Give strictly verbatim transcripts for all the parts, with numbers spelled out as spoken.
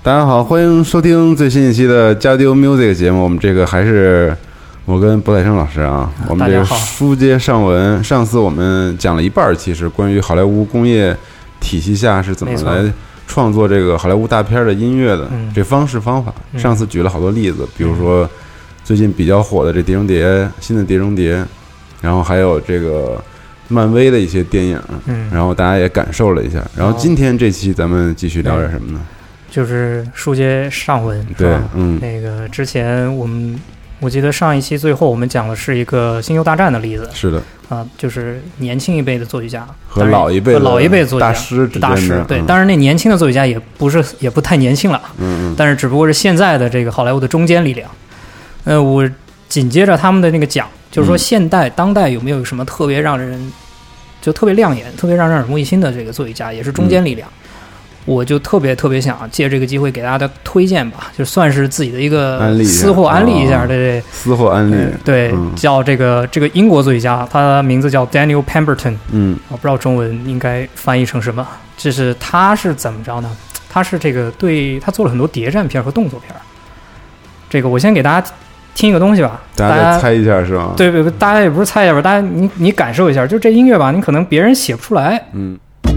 大家好，欢迎收听最新一期的加丢 Music 节目。我们这个还是我跟博采生老师啊，我们这个书接上文。上次我们讲了一半，其实关于好莱坞工业体系下是怎么来创作这个好莱坞大片的音乐的、嗯、这方式方法。上次举了好多例子，比如说最近比较火的这《碟中谍》，新的《碟中谍》，然后还有这个漫威的一些电影，嗯，然后大家也感受了一下。然后今天这期咱们继续聊点什么呢？ 就是书接上文， 对，嗯， 那个之前我们我记得上一期最后我们讲的是一个星球大战的例子， 是的， 啊，就是年轻一辈的作曲家和老一辈的老一辈作曲家大师大师，对， 嗯、 当然那年轻的作曲家也不是也不太年轻了， 嗯嗯， 但是只不过是现在的这个好莱坞的中坚力量。呃，我紧接着他们的那个讲，就是说现代、嗯、当代有没有什么特别让人就特别亮眼、特别让人耳目一新的这个作曲家，也是中坚力量。嗯，我就特别特别想借这个机会给大家推荐吧，就算是自己的一个私货安利一下，对对， 私货安利， 对， 嗯、 叫这个这个英国作曲家，他名字叫 Daniel Pemberton， 嗯， 我不知道中文应该翻译成什么，就是他是怎么着呢？他是这个对他做了很多谍战片和动作片，这个我先给大家听一个东西吧， 大家再猜一下是吧？ 对对，大家也不是猜一下吧，大家你你感受一下，就这音乐吧，你可能别人写不出来， 嗯。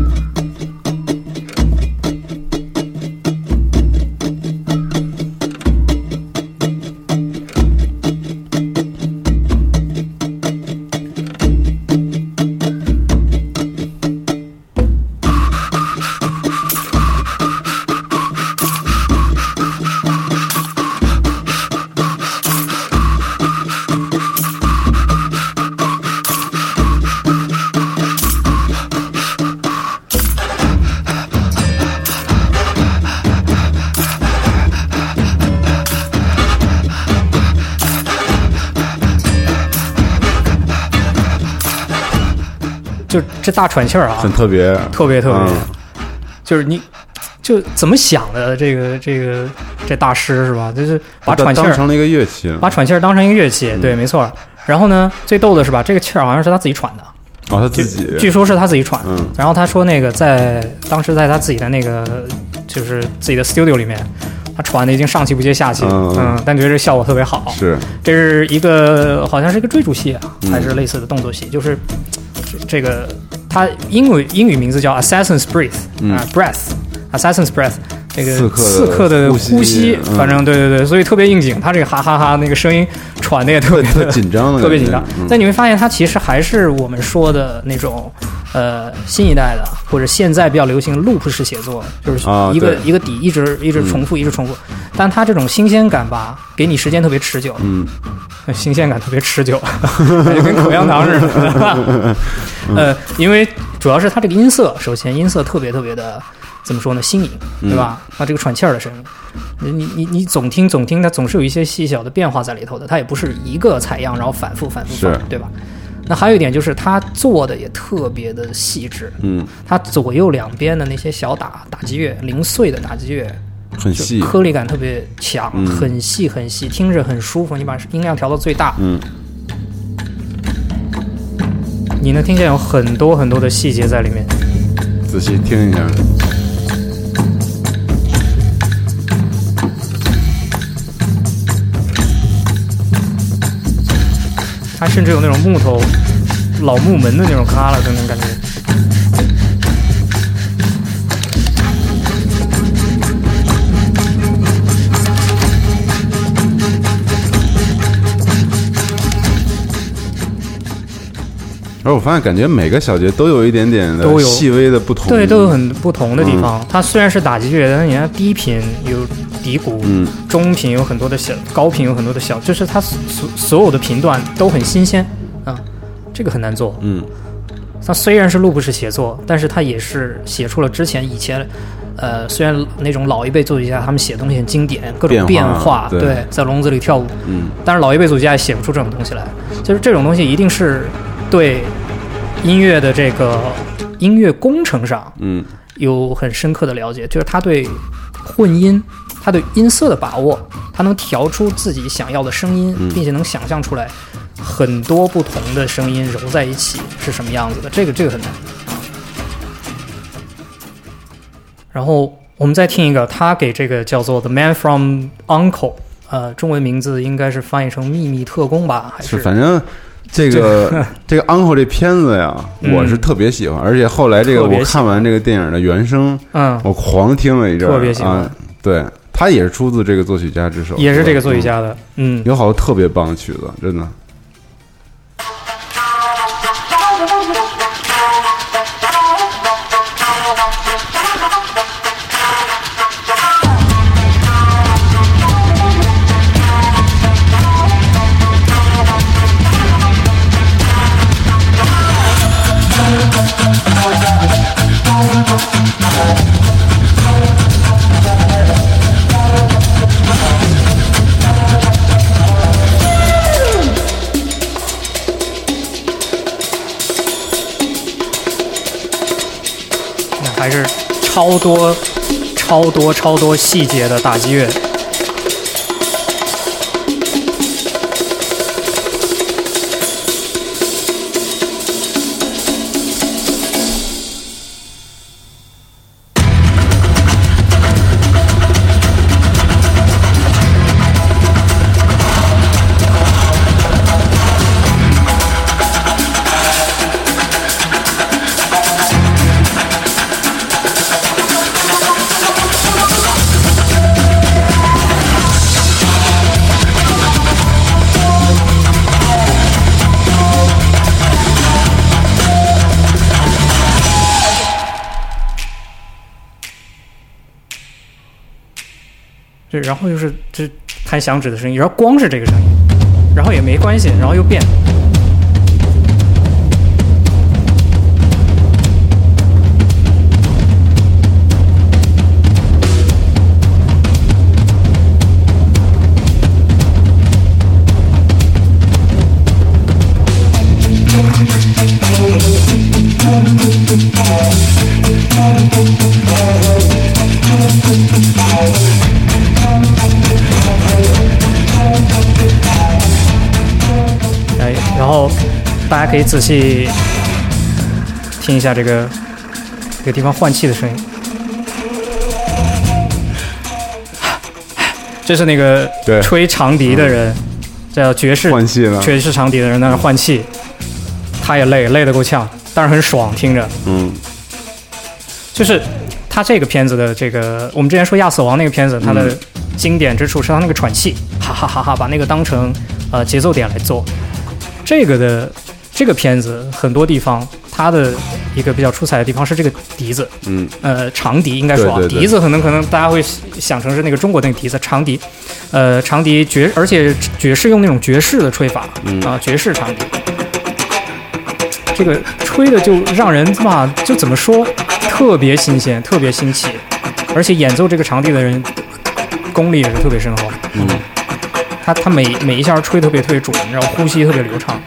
就这大喘气儿啊， 很特别， 特别特别， 嗯、 就是你，就怎么想的？这个这个这大师是吧？就是把喘气儿当成了一个乐器， 把喘气儿当成一个乐器，嗯、对，没错。然后呢，最逗的是吧？这个气儿好像是他自己喘的， 哦，他自己， 据说是他自己喘。 嗯。 然后他说那个在当时在他自己的那个就是自己的 studio 里面，他喘的已经上气不接下气了，嗯，嗯但觉得这效果特别好。 是， 这是一个好像是一个追逐戏啊，嗯、还是类似的动作戏，就是。这个它英语英语名字叫 Assassin's Breath 啊、 嗯呃、Breath，Assassin's Breath， 这个刺客的呼吸， 呼吸嗯、反正对对对，所以特别应景。他这个哈哈哈那个声音喘的也特别特紧张的， 特别紧张。嗯、但你会发现，它其实还是我们说的那种呃新一代的或者现在比较流行的 loop 式写作，就是一个、 啊、 一个底一直一直重复、嗯、一直重复。但它这种新鲜感吧，给你时间特别持久。 嗯。 新鲜感特别持久，就跟口香糖似的。呃，因为主要是它这个音色，首先音色特别特别的，怎么说呢，新颖，对吧？它、嗯、这个喘气儿的声音，你你你总听总听，它总是有一些细小的变化在里头的，它也不是一个采样然后反复反复放，对吧？那还有一点就是它做的也特别的细致， 嗯， 它左右两边的那些小打打击乐，零碎的打击乐。 很细， 颗粒感特别强、 嗯， 很细很细，听着很舒服。你把音量调到最大， 嗯， 你能听见有很多很多的细节在里面。 仔细听一下， 它甚至有那种木头老木门的那种咔啦的那种感觉。 而我发现，感觉每个小节都有一点点的细微的不同， 对，都有很不同的地方。嗯、它虽然是打击乐，但是你看低频有低谷， 嗯， 中频有很多的小，高频有很多的小，就是它所所有的频段都很新鲜啊、嗯，这个很难做。 嗯， 它虽然是录不式写作，但是它也是写出了之前以前，呃，虽然那种老一辈作曲家他们写东西很经典，各种变化， 对， 对，在笼子里跳舞， 嗯， 但是老一辈作曲家也写不出这种东西来，就是这种东西一定是。对音乐的这个音乐工程上， 嗯， 有很深刻的了解，就是他对混音，他对音色的把握，他能调出自己想要的声音， 嗯、 并且能想象出来很多不同的声音揉在一起是什么样子的，这个这个很难。然后我们再听一个，他给这个叫做 The Man from Uncle， 呃，中文名字应该是翻译成秘密特工吧，还是？ 是，反正这个这个 Uncle 这片子呀， 嗯、 我是特别喜欢，而且后来这个我看完这个电影的原声， 嗯， 我狂听了一阵， 特别喜欢。 啊、对，他也是出自这个作曲家之手， 也是这个作曲家的，嗯， 有好多特别棒的曲子，真的。 还是超多、超多、超多细节的打击乐。然后就是这弹响指的声音，然后光是这个声音，然后也没关系，然后又变。然后大家可以仔细听一下这个这个地方换气的声音，这是那个吹长笛的人，叫爵士换气了， 爵士长笛的人在那换气，他也累，累得够呛，但是很爽，听着， 嗯， 就是他这个片子的这个，我们之前说亚瑟王那个片子，它的经典之处是他那个喘气，哈哈哈哈，把那个当成呃节奏点来做。这个的这个片子很多地方，它的一个比较出彩的地方是这个笛子， 嗯， 呃，长笛应该说啊， 对对对， 笛子可能可能大家会想成是那个中国那个笛子，长笛，呃，长笛爵，而且爵士用那种爵士的吹法， 嗯啊，爵士长笛，这个吹的就让人嘛，就怎么说，特别新鲜，特别新奇，而且演奏这个长笛的人功力也是特别深厚， 嗯。 他他每每一下吹特别特别准，然后呼吸特别流畅。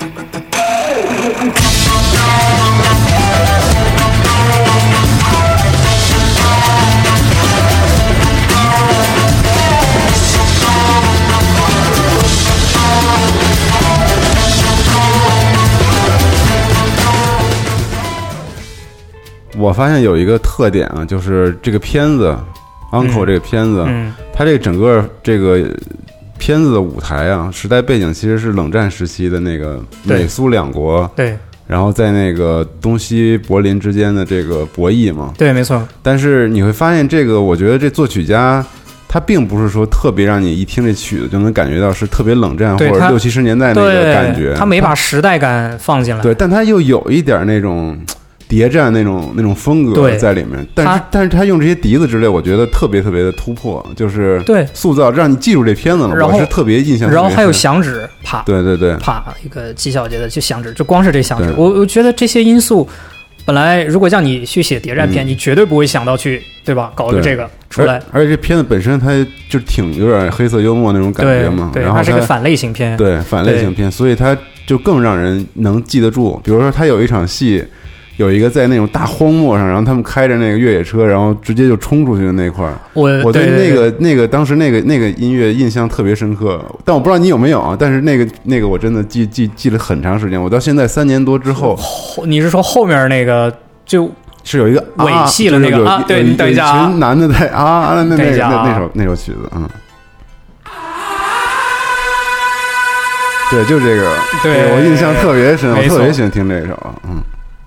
我发现有一个特点啊，就是这个片子，Uncle 这个片子， 嗯， 它这个整个这个。片子的舞台啊，时代背景其实是冷战时期的那个美苏两国， 对， 然后在那个东西柏林之间的这个博弈嘛， 对，没错。 但是你会发现，这个我觉得这作曲家他并不是说特别让你一听这曲子就能感觉到是特别冷战或者六七十年代那个感觉， 他没把时代感放进来， 对，但他又有一点那种谍战那种那种风格在里面，但是但是他用这些笛子之类，我觉得特别特别的突破，就是对塑造让你记住这片子了， 然后我是特别印象特别深。 然后还有响指，啪， 对对对， 啪一个几小节的就响指，就光是这响指，我我觉得这些因素，本来如果叫你去写谍战片，嗯、你绝对不会想到去对吧？搞一个这个出来， 而且这片子本身它就挺有点黑色幽默那种感觉嘛， 对， 然后它是个反类型片， 对反类型片，所以它就更让人能记得住。比如说，它有一场戏。有一个在那种大荒漠上，然后他们开着那个越野车，然后直接就冲出去的那块儿。 我我对那个对那个当时那个那个音乐印象特别深刻，但我不知道你有没有啊？但是那个那个我真的记记记了很长时间，我到现在三年多之后， 你是说后面那个就是有一个尾戏了那个啊，对，你等一下啊， 男的在啊，那那那那首那首曲子，嗯，对，就这个， 对我印象特别深，我特别喜欢听这首，嗯。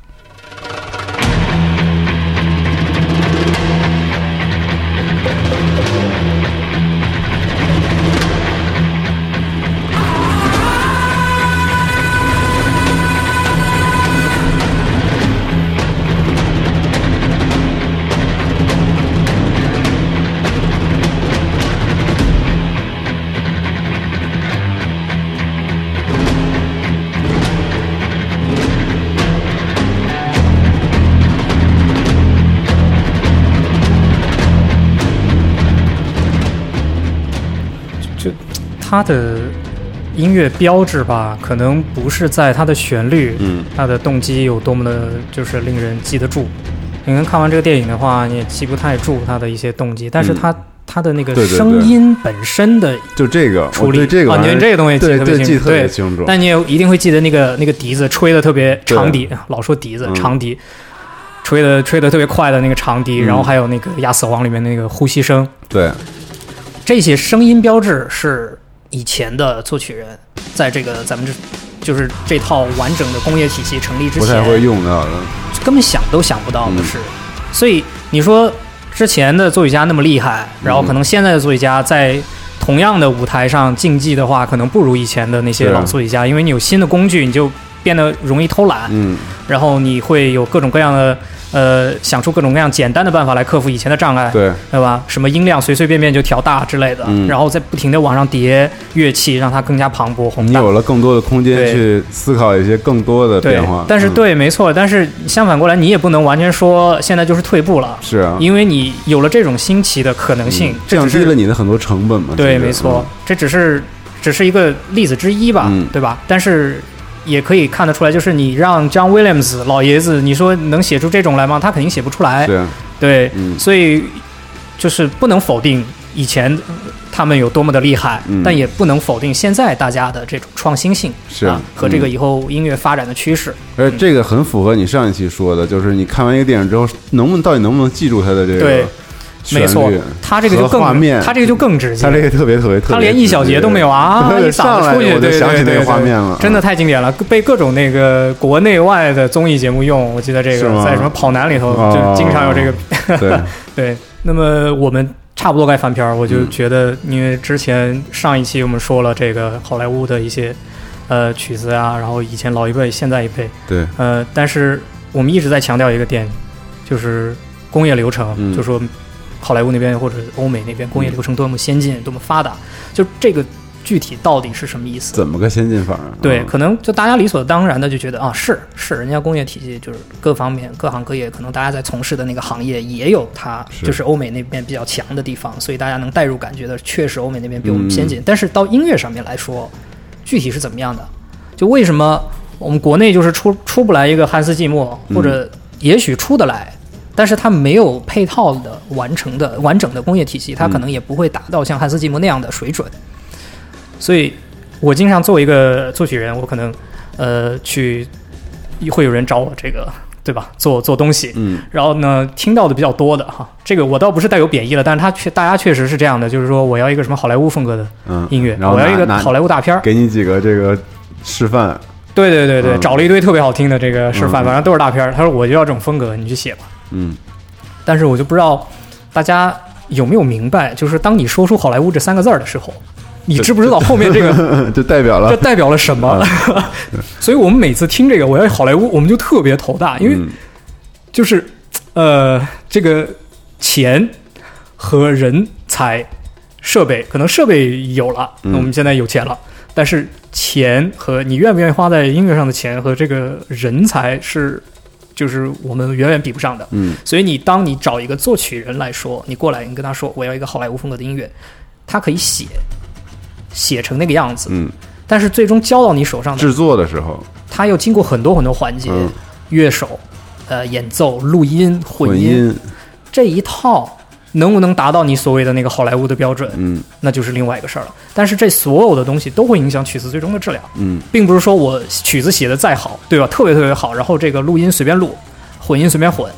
它的音乐标志吧，可能不是在它的旋律， 嗯， 它的动机有多么的，就是令人记得住。你看看完这个电影的话，你也记不太住它的一些动机，但是它、嗯、它的那个声音本身的就这个处理， 对这个啊，你对这个东西记得特别清楚， 对，记特别清楚。 但你也一定会记得那个那个笛子吹的特别长笛，老说笛子、嗯、长笛。吹的吹的特别快的那个长笛、嗯，然后还有那个《亚瑟王》里面那个呼吸声， 对， 这些声音标志是以前的作曲人在这个咱们这就是这套完整的工业体系成立之前不太会用到的， 根本想都想不到的事、嗯。所以你说之前的作曲家那么厉害，然后可能现在的作曲家在同样的舞台上竞技的话，可能不如以前的那些老作曲家，因为你有新的工具，你就变得容易偷懒， 嗯， 然后你会有各种各样的呃，想出各种各样简单的办法来克服以前的障碍， 对， 对吧？什么音量随随便便就调大之类的， 嗯、 然后再不停的往上叠乐器，让它更加磅礴宏大。 你有了更多的空间去思考一些更多的变化。 但是对、嗯，没错，但是相反过来，你也不能完全说现在就是退步了， 是啊， 因为你有了这种新奇的可能性， 嗯、降低了你的很多成本嘛。 对，没错，嗯、这只是只是一个例子之一吧， 嗯、 对吧？但是。也可以看得出来，就是你让 John Williams 老爷子，你说能写出这种来吗？他肯定写不出来。 是， 对、 嗯， 所以就是不能否定以前他们有多么的厉害， 嗯、 但也不能否定现在大家的这种创新性， 是、 啊、和这个以后音乐发展的趋势。 而且这个很符合你上一期说的，就是你看完一个电影之后，能不能到底能不能记住它的这个。 对。没错，他这个就更画面， 他这个就更直接， 他这个特别特别特别， 他连一小节都没有啊！一嗓子出去， 我就想起那个画面了， 真的太经典了，被各种那个国内外的综艺节目用。我记得这个在什么跑男里头就经常有这个。 对对，那么我们差不多该翻篇，我就觉得，因为之前上一期我们说了这个好莱坞的一些呃曲子啊，然后以前老一辈，现在一辈， 对， 呃，但是我们一直在强调一个点，就是工业流程， 嗯、 就说。好莱坞那边或者欧美那边工业流程多么先进、嗯、多么发达，就这个具体到底是什么意思？ 怎么个先进法啊？ 对、嗯，可能就大家理所当然的就觉得啊，是是，人家工业体系就是各方面各行各业，可能大家在从事的那个行业也有它就是欧美那边比较强的地方，所以大家能代入感觉得确实欧美那边比我们先进、嗯。但是到音乐上面来说，具体是怎么样的？就为什么我们国内就是出出不来一个汉斯季默，或者也许出得来？但是它没有配套的完成的完整的工业体系，它可能也不会达到像汉斯季默那样的水准。所以我经常作为一个作曲人，我可能呃去会有人找我这个对吧做做东西， 嗯， 然后呢听到的比较多的哈，这个我倒不是带有贬义了，但是他确大家确实是这样的，就是说我要一个什么好莱坞风格的音乐， 嗯、然后我要一个好莱坞大片， 给你几个这个示范。 对对对对、嗯，找了一堆特别好听的这个示范，嗯、反正都是大片。他说我就要这种风格，你去写吧。 嗯， 但是我就不知道大家有没有明白，就是当你说出好莱坞这三个字的时候，你知不知道后面这个就代表了这代表了什么？所以我们每次听这个我要好莱坞，我们就特别头大，因为就是呃这个钱和人才设备，可能设备有了， 嗯、 我们现在有钱了。但是钱和你愿不愿意花在音乐上的钱和这个人才是，就是我们远远比不上的。 嗯， 所以你当你找一个作曲人来说，你过来你跟他说我要一个好莱坞风格的音乐，他可以写写成那个样子。 嗯， 但是最终交到你手上的制作的时候， 他又经过很多很多环节， 嗯、 乐手、呃演奏、录音、混音, 混音这一套。能不能达到你所谓的那个好莱坞的标准？ 嗯， 那就是另外一个事儿了。但是这所有的东西都会影响曲子最终的质量。 嗯， 并不是说我曲子写的再好，对吧？特别特别好，然后这个录音随便录，混音随便混，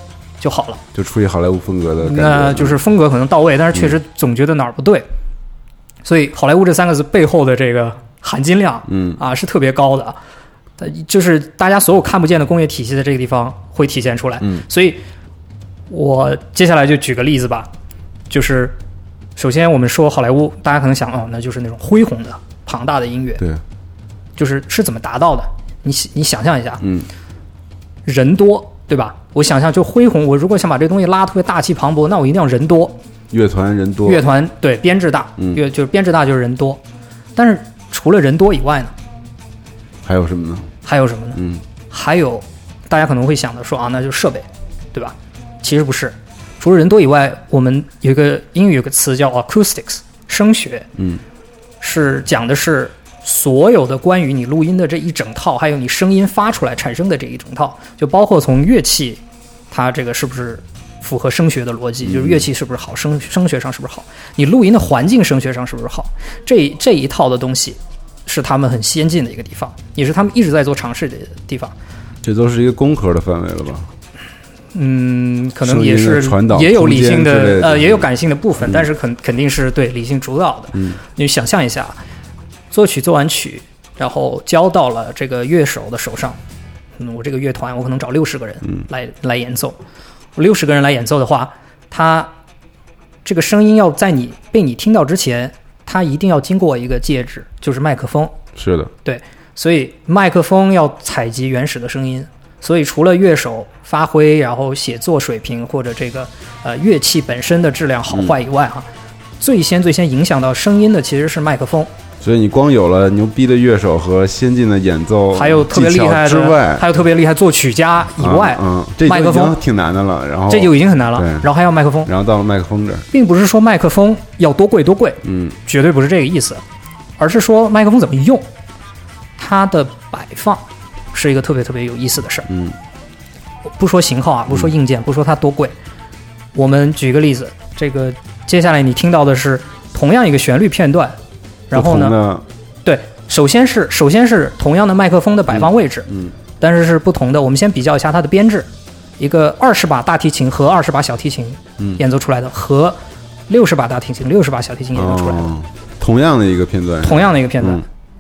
就好了， 就出于好莱坞风格的感觉， 那就是风格可能到位，但是确实总觉得哪儿不对。嗯、所以好莱坞这三个字背后的这个含金量， 嗯啊是特别高的，就是大家所有看不见的工业体系在这个地方会体现出来。 嗯， 所以我接下来就举个例子吧，就是首先我们说好莱坞，大家可能想哦，那就是那种恢宏的、庞大的音乐， 对， 就是是怎么达到的？你你想象一下， 嗯， 人多，对吧？我想象就恢宏，我如果想把这东西拉特别大气磅礴，那我一定要人多， 乐团人多， 乐团对编制大， 嗯， 乐就是编制大就是人多，但是除了人多以外呢， 还有什么呢？ 还有什么呢？ 嗯， 还有大家可能会想的说啊，那就是设备，对吧？其实不是，除了人多以外，我们有一个英语有个词叫 acoustics 声学， 嗯， 是讲的是所有的关于你录音的这一整套，还有你声音发出来产生的这一整套，就包括从乐器它这个是不是符合声学的逻辑，就是乐器是不是好，声声学上是不是好，你录音的环境声学上是不是好，这这一套的东西是他们很先进的一个地方，也是他们一直在做尝试的地方。 这都是一个工科的范围了吧？ 嗯，可能也是传导也有理性的呃，也有感性的部分，嗯、但是肯肯定是对理性主导的。 嗯， 你想象一下，作曲做完曲，然后交到了这个乐手的手上。嗯，我这个乐团，我可能找六十个人来、嗯、来演奏。我六十个人来演奏的话，他这个声音要在你被你听到之前，它一定要经过一个介质，就是麦克风。 是的， 对，所以麦克风要采集原始的声音。所以除了乐手发挥，然后写作水平或者这个呃乐器本身的质量好坏以外哈、啊，嗯、最先最先影响到声音的其实是麦克风。 所以你光有了牛逼的乐手和先进的演奏还有特别厉害之外， 还有特别厉害作曲家以外， 嗯，嗯这麦克风挺难的了。然后这就已经很难了，然后还要麦克风， 然后到了麦克风这儿， 并不是说麦克风要多贵多贵， 嗯， 绝对不是这个意思，而是说麦克风怎么用，它的摆放是一个特别特别有意思的事儿， 嗯。 不说型号啊，不说硬件，嗯、不说它多贵，我们举个例子，这个接下来你听到的是同样一个旋律片段，然后呢，对，首先是首先是同样的麦克风的摆放位置， 嗯，嗯但是是不同的。我们先比较一下它的编制，一个二十把大提琴和二十把小提琴演奏出来的，嗯、和六十把大提琴、六十把小提琴演奏出来的， 哦、同样的一个片段， 同样的一个片段。嗯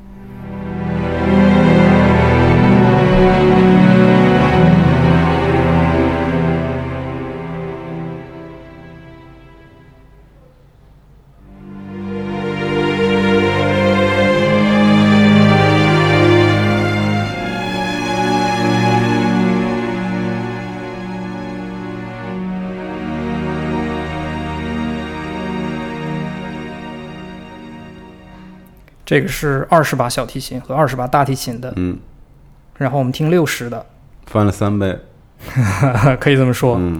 这个是二十把小提琴和二十把大提琴的， 嗯， 然后我们听六十的， 翻了三倍， 可以这么说， 嗯。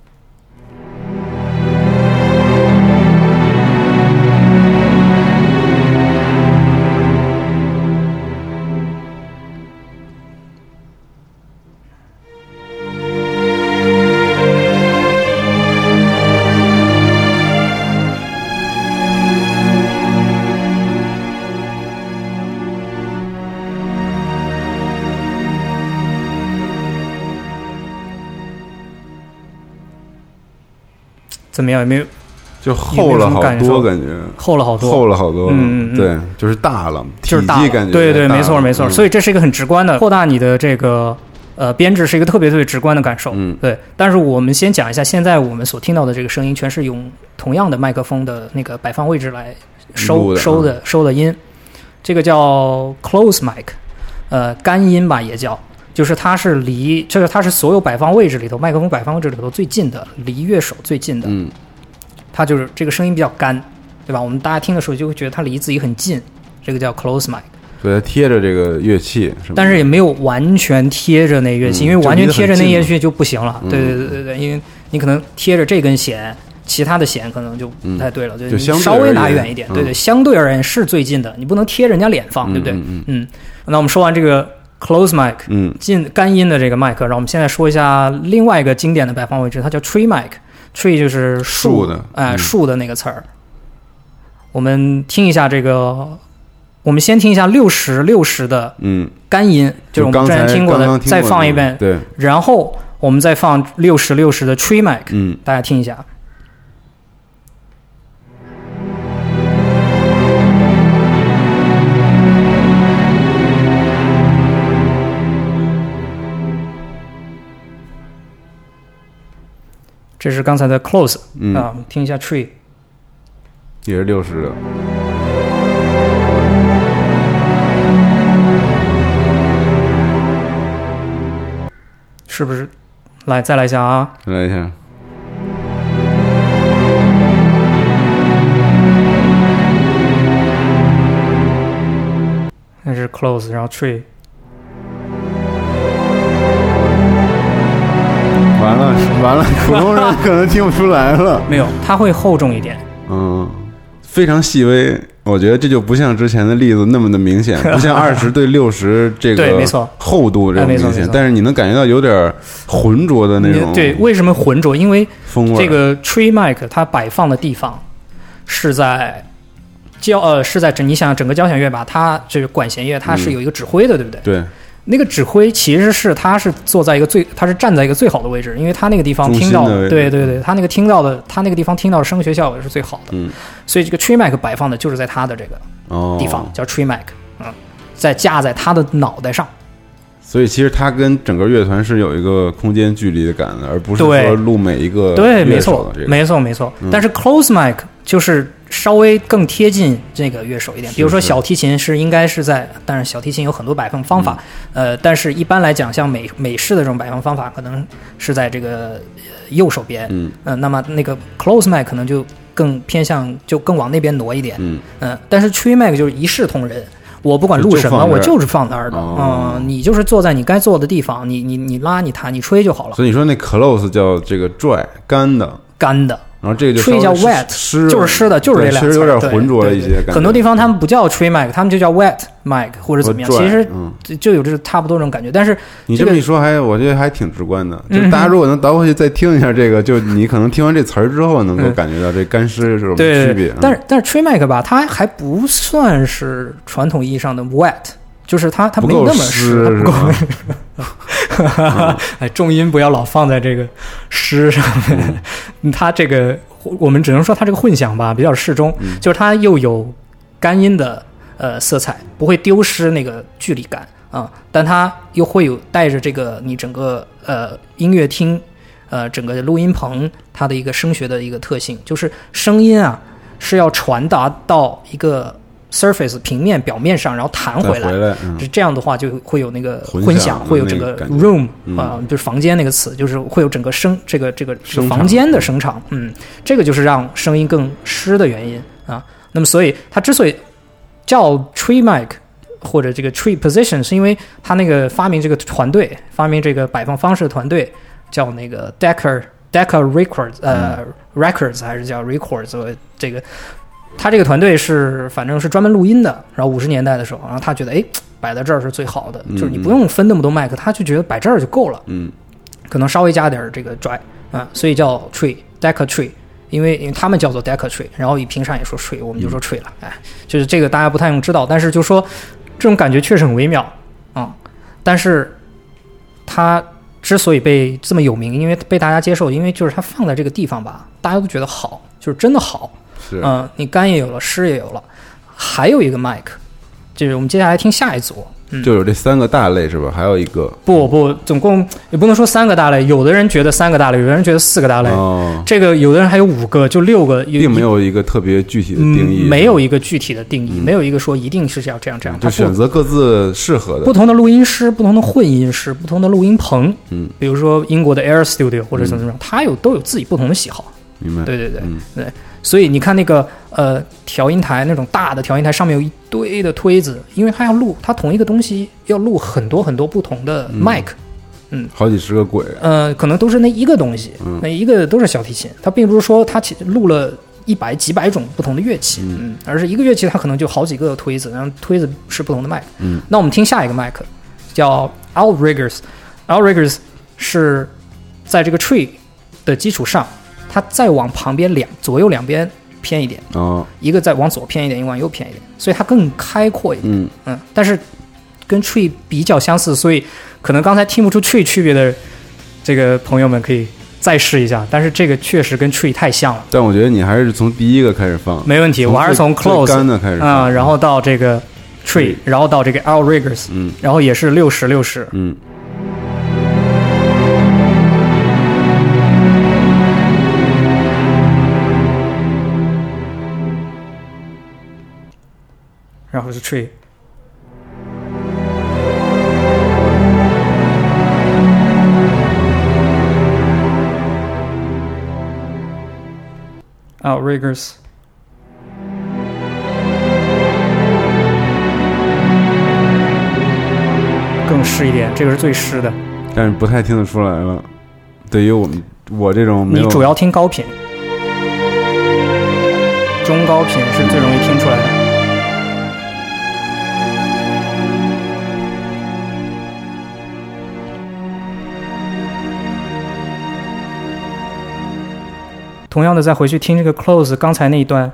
怎么样？有没有就厚了好多，感觉厚了好多， 厚了好多。 嗯嗯， 对，就是大了， 就是大体积感觉对对，没错没错。 嗯、 所以这是一个很直观的扩大你的这个呃编制，是一个特别特别直观的感受。 嗯， 对。但是我们先讲一下，现在我们所听到的这个声音，全是用同样的麦克风的那个摆放位置来收的收的收的音，这个叫 close mic， 呃，干音吧也叫。就是它是离，这个它是所有摆放位置里头，麦克风摆放位置里头最近的，离乐手最近的。 嗯， 它就是这个声音比较干，对吧？我们大家听的时候就会觉得它离自己很近，这个叫 close mic。 对，它贴着这个乐器，是但是也没有完全贴着那乐器， 嗯、 因为完全贴着那乐器就不行了。 嗯、 对对对对对，因为你可能贴着这根弦，其他的弦可能就不太对了， 嗯、 就稍微拿远一点。对对，相对而言是最近的，你不能贴人家脸放，对不对？ 嗯嗯嗯。那我们说完这个 close mic， 嗯， 进干音的这个麦克，然后我们现在说一下另外一个经典的摆放位置，它叫 tree mic。tree 就是树的， 哎、呃， 嗯、 树的那个词儿。我们听一下这个，我们先听一下六十六十的， 嗯， 干音，就是我们之前听过的， 刚刚听过再放一遍， 对， 然后我们再放六十六十的 Tree Mic， 嗯， 大家听一下。这是刚才的 Close， 嗯啊，听一下 Tree， 也是六十的。 是不是？来，再来一下啊！ 再来一下。 那是 Close， 然后 Tree。 完了完了，普通人可能听不出来了。 没有，它会厚重一点。 嗯，非常细微。我觉得这就不像之前的例子那么的明显，不像二十对六十这个厚度这么明显，但是你能感觉到有点浑浊的那种。 对，为什么浑浊？因为这个 Tree Mic 它摆放的地方是在交呃是在整你想整个交响乐吧，它这个管弦乐它是有一个指挥的，嗯、对不对？ 对。 那个指挥其实是他是坐在一个最他是站在一个最好的位置，因为他那个地方听到的，对对对，他那个听到的他那个地方听到的声学效果是最好的， 嗯， 所以这个 Tree Mic 摆放的就是在他的这个地方， 哦、 叫 Tree Mic， 嗯，再架在他的脑袋上。 所以其实它跟整个乐团是有一个空间距离的感的，而不是说录每一个对，没错，没错，没错。但是 close mic 就是稍微更贴近这个乐手一点。比如说小提琴是应该是在，当然小提琴有很多摆放方法，嗯、呃，但是一般来讲，像美美式的这种摆放方法，可能是在这个右手边， 嗯， 呃，那么那个 close mic 可能就更偏向，就更往那边挪一点， 嗯， 呃、但是 tree mic 就是一视同仁。我不管录什么，我就是放那儿的。 哦、 嗯，你就是坐在你该坐的地方，你你你拉你弹你吹就好了。 所以你说那 close 叫这个 dry 干的， 干的。 然后这个就吹叫 wet， 湿就是湿的，就是这俩词。 其实有点浑浊了一些。 很多地方他们不叫 tree mic， 他们就叫 wet mic 或者怎么样。其实就有这差不多这种感觉。但是、这个、 你这么一说还，还我觉得还挺直观的。就大家如果能倒回去再听一下这个，就你可能听完这词儿之后，能够感觉到这干湿这种区别。 对，但是但是 tree mic 吧，它还不算是传统意义上的 wet。就是它，它没有那么湿，它不够湿。哎，重音不要老放在这个湿上面。嗯、它这个，我们只能说它这个混响吧，比较适中。 嗯、 就是它又有干音的呃色彩，不会丢失那个距离感啊、嗯，但它又会有带着这个你整个呃音乐厅呃整个录音棚它的一个声学的一个特性，就是声音啊是要传达到一个。surface 平面表面上，然后弹回来， 回来嗯、 这样的话就会有那个混响，会有整个 room 啊、呃，就是房间那个词，就是会有整个声这个这个这个房间的声场，嗯，这个就是让声音更湿的原因啊。那么，所以它之所以叫 tree mic 或者这个 tree position， 是因为它那个发明这个团队，发明这个摆放方式的团队叫那个 Decca Decca Records， 呃、嗯、，Records 还是叫 Records 这个。他这个团队是反正是专门录音的，然后五十年代的时候，然后他觉得哎摆在这儿是最好的， 嗯、 就是你不用分那么多麦克，他就觉得摆这儿就够了， 嗯， 可能稍微加点这个 dry 啊，所以叫 tree Decca tree， 因为因为他们叫做 Decca tree， 然后以平常也说 tree， 我们就说 tree 了，嗯、哎，就是这个大家不太用知道，但是就说这种感觉确实很微妙啊、嗯，但是他之所以被这么有名，因为被大家接受，因为就是他放在这个地方吧，大家都觉得好，就是真的好。嗯、呃，你干也有了，湿也有了，还有一个 mic， 就是我们接下来听下一组，嗯、 就有这三个大类是吧？还有一个不不，总共也不能说三个大类，有的人觉得三个大类，有的人觉得四个大类， 哦、 这个有的人还有五个，就六个， 并没有一个特别具体的定义， 嗯、没有一个具体的定义，嗯、没有一个说一定是要这样这样， 就选择各自适合的。 不同的录音师、不同的混音师、不同的录音棚， 嗯， 比如说英国的 Air Studio 或者怎么怎么样，它有都有自己不同的喜好。 明白？ 对对对， 嗯、 对。所以你看那个呃调音台那种大的调音台上面有一堆的推子，因为它要录，它同一个东西要录很多很多不同的麦克，嗯， 好几十个轨， 呃，可能都是那一个东西， 嗯、 那一个都是小提琴，它并不是说它录了一百几百种不同的乐器， 嗯， 嗯而是一个乐器它可能就好几个推子，然后推子是不同的麦克， 嗯， 那我们听下一个麦克叫 Outriggers，Outriggers 是在这个 tree 的基础上。它再往旁边两左右两边偏一点， 哦， 一个再往左偏一点，一个往右偏一点，所以它更开阔一点。 嗯嗯，但是跟 tree 比较相似，所以可能刚才听不出 tree 区别的这个朋友们可以再试一下，但是这个确实跟 Tree 太像了。 但我觉得你还是从第一个开始放， 没问题，我还是从 Close 干的开始啊、呃，然后到这个 Tree， 然后到这个 Outriggers， 嗯， 然后也是六十六十， 嗯。 然后是 Tree。Outriggers， 更湿一点，这个是最湿的， 但是不太听得出来了。对于我们我这种没有， 你主要听高频，中高频是最容易听出来的。同样的，再回去听这个 Close 刚才那一段。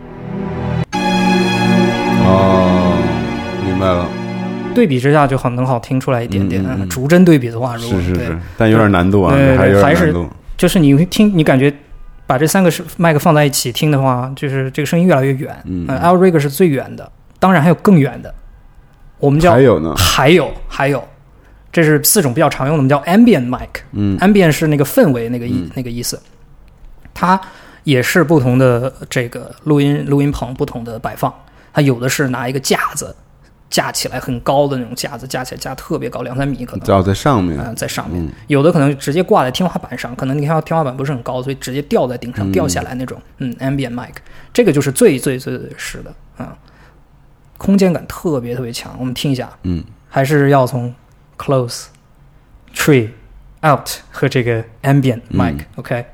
哦，明白了。 对比之下就很能好听出来一点点。 嗯嗯嗯、 逐帧对比的话，如果是是是，但有点难度啊， 对， 还有点难度。 就是你会听，你感觉把这三个麦克放在一起听的话，就是这个声音越来越远。 嗯、 呃、，Outrigger 是最远的，当然还有更远的。我们叫还有呢？ 还有还有，这是四种比较常用的，我们叫 Ambient mic。 嗯 ，Ambient 是那个氛围那个意、嗯、那个意思。它也是不同的这个录音录音棚不同的摆放，它有的是拿一个架子架起来很高的那种架子，架起来架特别高，两三米可能。 架在上面、 呃，在上面、 嗯。 有的可能直接挂在天花板上，可能你看天花板不是很高，所以直接吊在顶上、嗯、掉下来那种。嗯 ，ambient mic 这个就是最最最最实的啊、嗯，空间感特别特别强。我们听一下， 嗯， 还是要从 close、tree、out 和这个 ambient mic、嗯、OK。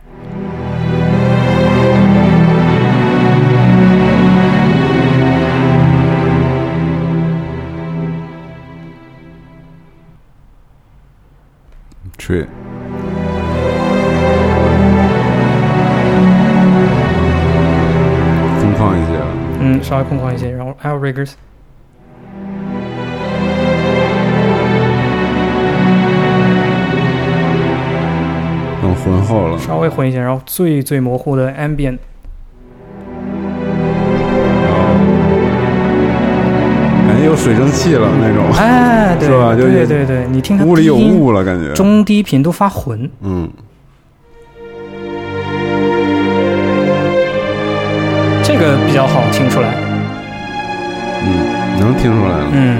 Tree， 空旷一些了， 嗯，稍微空旷一些，然后 Outriggers， 更浑厚了， 稍微浑一些，然后最最模糊的 Ambient， 感觉有水蒸气了那种， 哎，对， 是吧？就对对对，你听它屋里有雾了，感觉中低频都发浑， 嗯， 这个比较好听出来， 嗯，能听出来了， 嗯。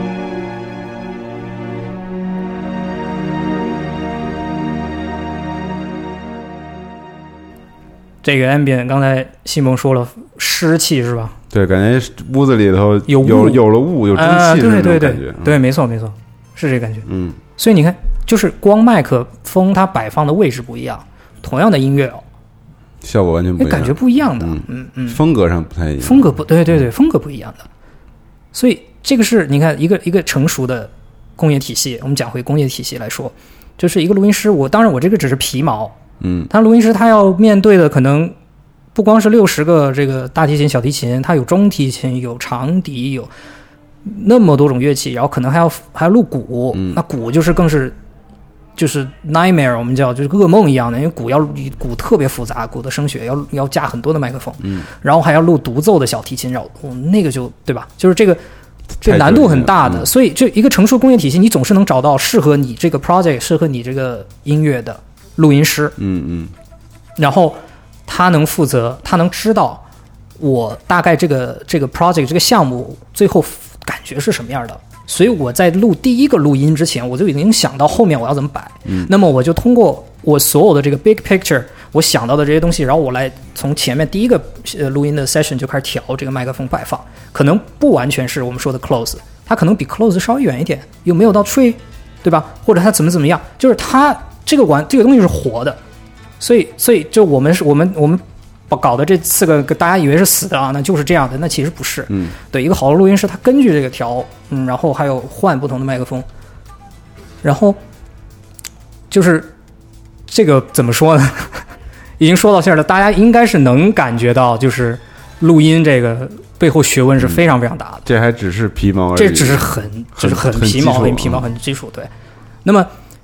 这个 ambient 刚才西蒙说了湿气是吧？ 对，感觉屋子里头有有有了雾，有蒸汽、呃， 对对对对、 嗯、 对，没错没错，是这个感觉。 嗯， 所以你看，就是光麦克风它摆放的位置不一样，同样的音乐哦， 效果完全不一样， 感觉不一样的， 嗯嗯嗯， 风格上不太一样， 风格不对对对，风格不一样的。所以这个是你看一个一个成熟的工业体系，我们讲回工业体系来说，就是一个录音师，我当然我这个只是皮毛。 嗯， 他录音师他要面对的可能不光是六十个这个大提琴、小提琴，他有中提琴、有长笛，有那么多种乐器，然后可能还要还要录鼓、 嗯， 那鼓就是更是就是 nightmare， 我们叫就是噩梦一样的，因为鼓要鼓特别复杂，鼓的声学要要架很多的麦克风， 嗯， 然后还要录独奏的小提琴，然后、哦、那个就对吧？就是这个。这难度很大的， 嗯、 所以这一个成熟工业体系，你总是能找到适合你这个 project、适合你这个音乐的录音师， 嗯嗯， 然后他能负责，他能知道我大概这个这个 project 这个项目最后感觉是什么样的，所以我在录第一个录音之前，我就已经想到后面我要怎么摆， 嗯， 那么我就通过我所有的这个 big picture， 我想到的这些东西，然后我来从前面第一个呃录音的 session 就开始调这个麦克风摆放，可能不完全是我们说的 close， 它可能比 close 稍微远一点，有没有到 tree， 对吧？或者它怎么怎么样，就是它这个玩这个东西是活的，所以所以就我们是我们我们搞的这四个大家以为是死的啊，那就是这样的，那其实不是， 嗯， 对，一个好的录音师他根据这个调，嗯，然后还有换不同的麦克风，然后就是这个怎么说呢？已经说到这儿了，大家应该是能感觉到，就是录音这个背后学问是非常非常大的。嗯、 这还只是皮毛而已， 这只是很，就是很皮毛、很皮毛、很基础。对。那么，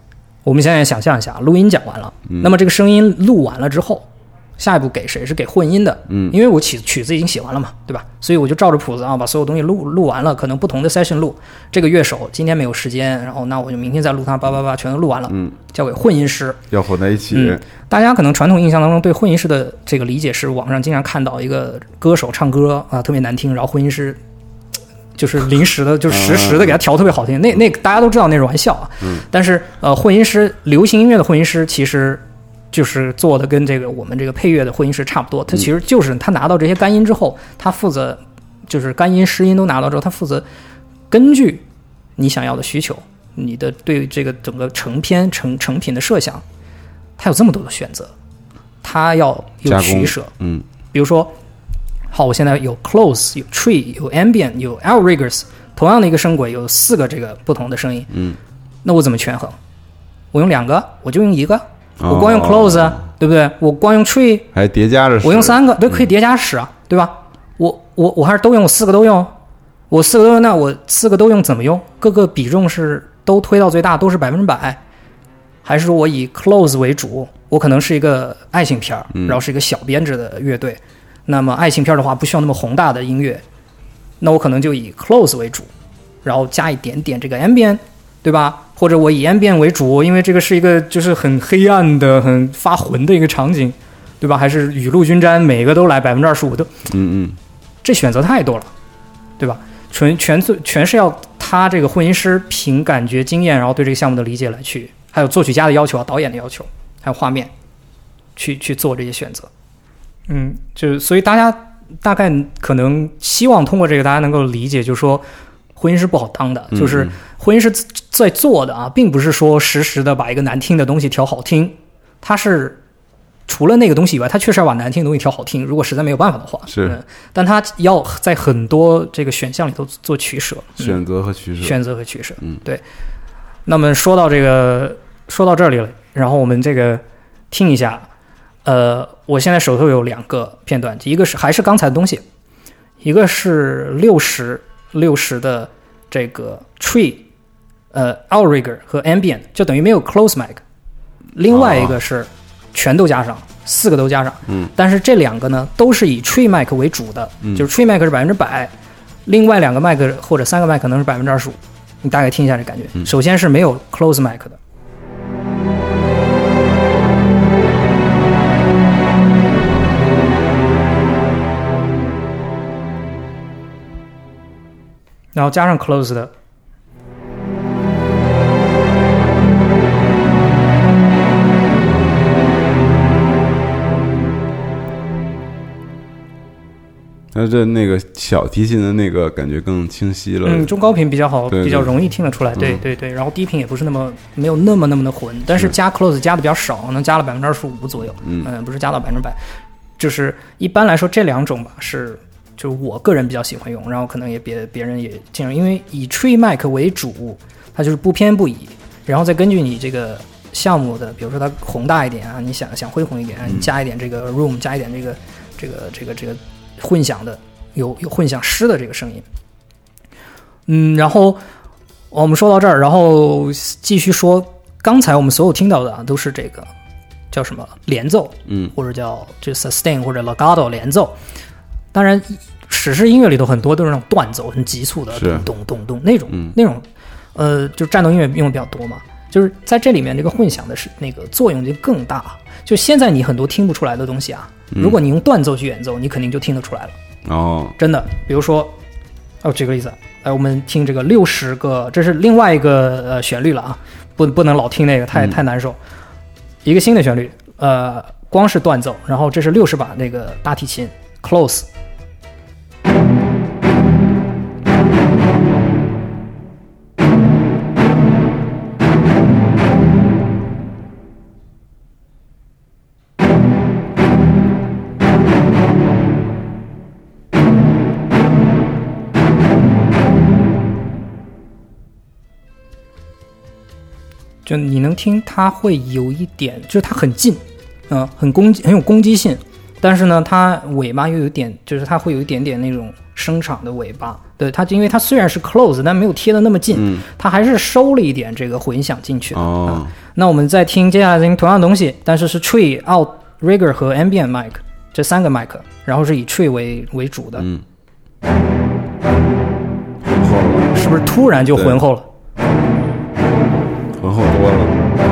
我们现在想象一下，录音讲完了， 嗯、 那么这个声音录完了之后，下一步给谁？是给混音的， 嗯， 因为我曲曲子已经写完了嘛，对吧？所以我就照着谱子啊，把所有东西录录完了，可能不同的 session 录。这个乐手今天没有时间，然后那我就明天再录他，叭叭叭，全都录完了， 嗯， 交给混音师， 要混在一起。 嗯，大家可能传统印象当中对混音师的这个理解是，网上经常看到一个歌手唱歌啊特别难听，然后混音师就是临时的，就是实时的给他调特别好听，那那大家都知道那是玩笑啊。 嗯， 但是呃，混音师，流行音乐的混音师其实就是做的跟这个我们这个配乐的混音师差不多，他其实就是他拿到这些干音之后，他负责就是干音湿音都拿到之后，他负责根据你想要的需求，你的对这个整个成片成成品的设想，他有这么多的选择，他要有取舍。 嗯， 比如说。好，我现在有 close， 有 tree， 有 ambient， 有 outriggers， 同样的一个声轨有四个这个不同的声音。 嗯， 那我怎么权衡？我用两个，我就用一个。哦、我光用 close，、啊、对不对？我光用 tree， 还叠加着使。 我用三个，对，可以叠加使啊，嗯、对吧？我我我还是都用，我四个都用。我四个都用，那我四个都用怎么用？各个比重是都推到最大，都是百分之百，还是说我以 close 为主？我可能是一个爱情片，然后是一个小编制的乐队。嗯，那么爱情片的话不需要那么宏大的音乐，那我可能就以 close 为主，然后加一点点这个 ambient， 对吧？或者我以 ambient 为主，因为这个是一个就是很黑暗的很发浑的一个场景，对吧？还是雨露均沾，每个都来百分之二十五都， 嗯嗯， 这选择太多了，对吧？全全全是要他这个混音师凭感觉经验，然后对这个项目的理解来去，还有作曲家的要求啊，导演的要求，还有画面，去去做这些选择。嗯，就所以大家大概可能希望通过这个大家能够理解，就是说混音师不好当的， 嗯、 就是混音师在做的啊，并不是说实时的把一个难听的东西调好听，他是除了那个东西以外，他确实要把难听的东西调好听，如果实在没有办法的话， 是， 嗯、但他要在很多这个选项里头做取舍， 嗯、选择和取舍， 选择和取舍， 嗯， 对。那么说到这个，说到这里了，然后我们这个听一下。呃，我现在手头有两个片段，一个是还是刚才的东西，一个是六十六十的这个 tree， 呃 outrigger 和 ambient， 就等于没有 close mic， 另外一个是全都加上，四个都加上， 嗯， 但是这两个呢都是以 tree mic 为主的， 嗯、 就是 tree mic 是百分之百，另外两个麦克或者三个麦克可能是百分之二十五，你大概听一下这感觉。 嗯、 首先是没有 close mic 的。然后加上 close 的， 那这那个小提琴的那个感觉更清晰了。 嗯，中高频比较好， 对对比较容易听得出来。对对对，然后低频也不是那么没有那么那么的混，但是加 close 加的比较少，能加了百分之二十五左右。嗯、呃，不是加到百分之百，就是一般来说这两种吧是。就是我个人比较喜欢用，然后可能也别别人也经常，因为以 tree mic 为主，它就是不偏不倚，然后再根据你这个项目的，比如说它宏大一点啊，你想想恢宏一点，你加一点这个 room， 加一点这个这个这个这个混响的，有有混响师的这个声音。嗯，然后我们说到这儿，然后继续说，刚才我们所有听到的啊，都是这个叫什么连奏， 嗯， 或者叫就 sustain 或者 legato 连奏。当然，史诗音乐里头很多都是那种断奏，很急促的，咚咚咚咚那种、嗯、那种，呃，就战斗音乐用的比较多嘛。就是在这里面，这个混响的是那个作用就更大。就现在你很多听不出来的东西啊， 嗯、 如果你用断奏去演奏，你肯定就听得出来了。 哦， 真的，比如说，哦，举个例子，哎，我们听这个六十个，这是另外一个呃旋律了啊，不不能老听那个，太、嗯、太难受。一个新的旋律，呃，光是断奏，然后这是六十把那个大提琴 close。就你能听它会有一点，就是它很近，嗯、呃，很攻击，很有攻击性，但是呢，它尾巴又有点，就是它会有一点点那种声场的尾巴。对，它因为它虽然是 close， 但没有贴的那么近， 嗯， 它还是收了一点这个混响进去的。 哦， 啊、那我们再听接下来听同样的东西，但是是 tree、out、rigger 和 ambient mic 这三个 mic， 然后是以 tree 为为主的。 嗯， 是不是突然就浑厚了？ 浑厚多了。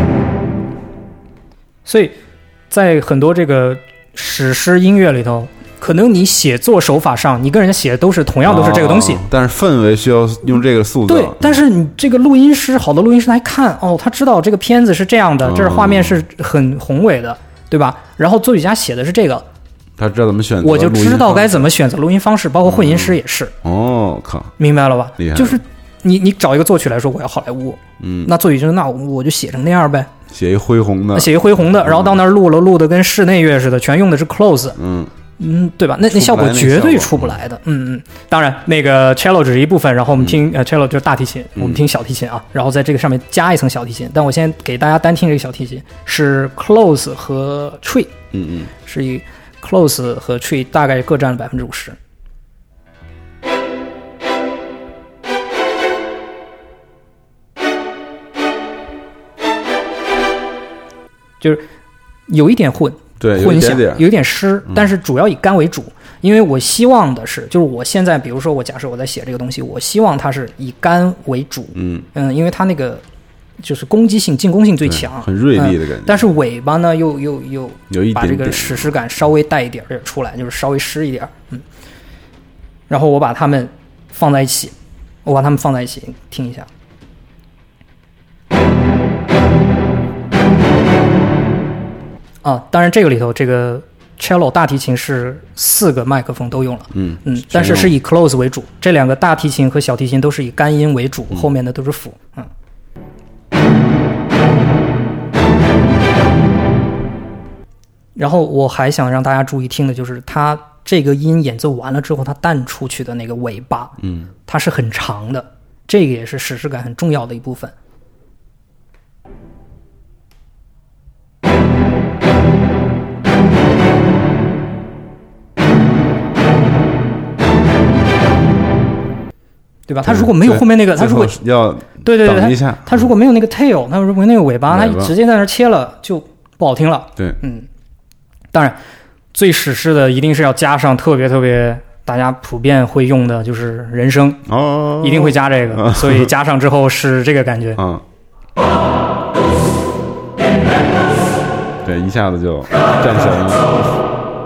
所以在很多这个史诗音乐里头，可能你写作手法上，你跟人家写的都是同样都是这个东西， 哦，但是氛围需要用这个塑造。 对，但是你这个录音师，好多录音师来看，哦，他知道这个片子是这样的， 哦， 这画面是很宏伟的，对吧？然后作曲家写的是这个， 他知道怎么选择， 我就知道该怎么选择录音方式，包括混音师也是。 嗯、哦，靠， 明白了吧？ 厉害了。 就是你你找一个作曲来说，我要好莱坞， 嗯， 那作曲就那我就写成那样呗， 写一恢宏的， 写一恢宏的，然后到那儿录了录的跟室内乐似的，全用的是 close， 嗯。 嗯，对吧？那那效果绝对出不来的。嗯嗯，当然，那个 cello 只是一部分，然后我们听、嗯、呃 cello 就是大提琴，我们听小提琴啊，然后在这个上面加一层小提琴。但我先给大家单听这个小提琴，是 close 和 tree， 嗯嗯， 是以 close 和 tree 大概各占了百分之五十。就是有一点混。 对， 混响有一点湿，但是主要以干为主，嗯，因为我希望的是，就是我现在比如说我假设我在写这个东西，我希望它是以干为主， 嗯嗯，因为它那个就是攻击性、进攻性最强， 很锐利的感觉，嗯。 但是尾巴呢，又又又有一点点把这个史诗感稍微带一点点出来，就是稍微湿一点，嗯。然后我把它们放在一起，我把它们放在一起听一下。啊，当然这个里头这个 cello 大提琴是四个麦克风都用了， 嗯嗯，但是是以 close 为主，这两个大提琴和小提琴都是以干音为主，嗯，后面的都是辅，嗯。然后我还想让大家注意听的就是它这个音演奏完了之后，它淡出去的那个尾巴， 嗯， 它是很长的，这个也是史诗感很重要的一部分。对吧？他如果没有后面那个，他如果要对对对， 等一下， 他如果没有那个 tail， 他如果那个尾巴，他直接在那切了就不好听了。 对， 嗯，当然，最史诗的一定是要加上特别特别大家普遍会用的，就是人声哦， 一定会加这个，哦，所以加上之后是这个感觉。 嗯，对，一下子就战神了。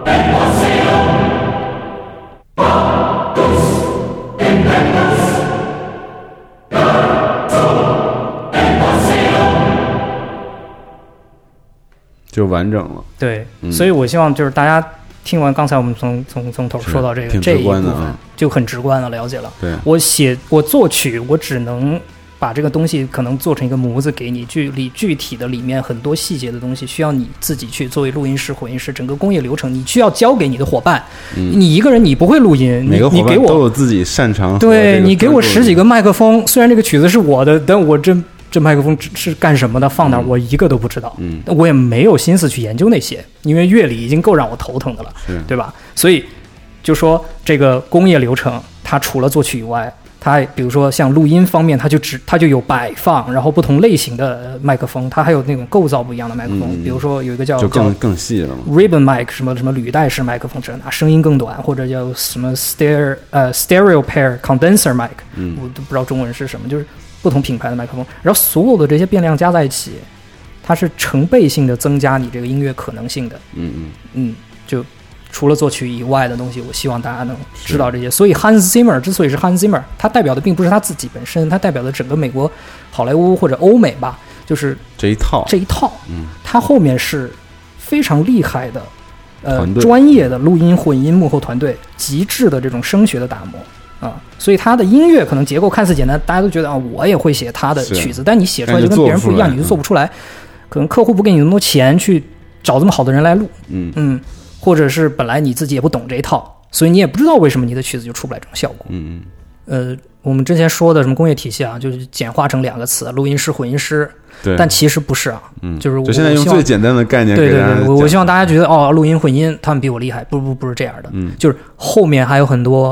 就完整了。 对，嗯，所以我希望就是大家听完刚才我们从从从头说到这个这一部分，就很直观的了解了。 对， 我写我作曲，我只能把这个东西可能做成一个模子给你，具里具体的里面很多细节的东西需要你自己去作为录音师、混音师，整个工业流程你需要交给你的伙伴。嗯，你一个人你不会录音， 每个伙伴都有自己擅长。 对，你给我十几个麦克风，虽然这个曲子是我的，但我这。这麦克风是干什么的？放哪儿？我一个都不知道。嗯，我也没有心思去研究那些，因为乐理已经够让我头疼的了，对吧？所以就说这个工业流程，它除了作曲以外，它比如说像录音方面，它就只它就有摆放，然后不同类型的麦克风，它还有那种构造不一样的麦克风。嗯，比如说有一个叫就更更细了 ribbon mic， 什么什么履带式麦克风，这拿声音更短，或者叫什么 stereo 呃 stereo pair condenser mic，嗯，我都不知道中文是什么，就是。不同品牌的麦克风，然后所有的这些变量加在一起，它是成倍性的增加你这个音乐可能性的。 嗯嗯嗯，就除了作曲以外的东西，我希望大家能知道这些。所以 Hans Zimmer 之所以是 Hans Zimmer， 他代表的并不是他自己本身，他代表的整个美国好莱坞或者欧美吧，就是这一套这一套。 嗯， 他后面是非常厉害的，呃，专业的录音、混音幕后团队，极致的这种声学的打磨。啊，所以他的音乐可能结构看似简单，大家都觉得啊，我也会写他的曲子，但你写出来就跟别人不一样，你就做不出来。可能客户不给你那么多钱去找这么好的人来录， 嗯嗯，或者是本来你自己也不懂这一套，所以你也不知道为什么你的曲子就出不来这种效果。 嗯嗯，呃，我们之前说的什么工业体系啊，就是简化成两个词：录音师、混音师。 对， 但其实不是啊， 嗯， 就是我就现在用最简单的概念给大家讲。 对对对，我我希望大家觉得哦，录音混音他们比我厉害，不不不是这样的， 嗯， 就是后面还有很多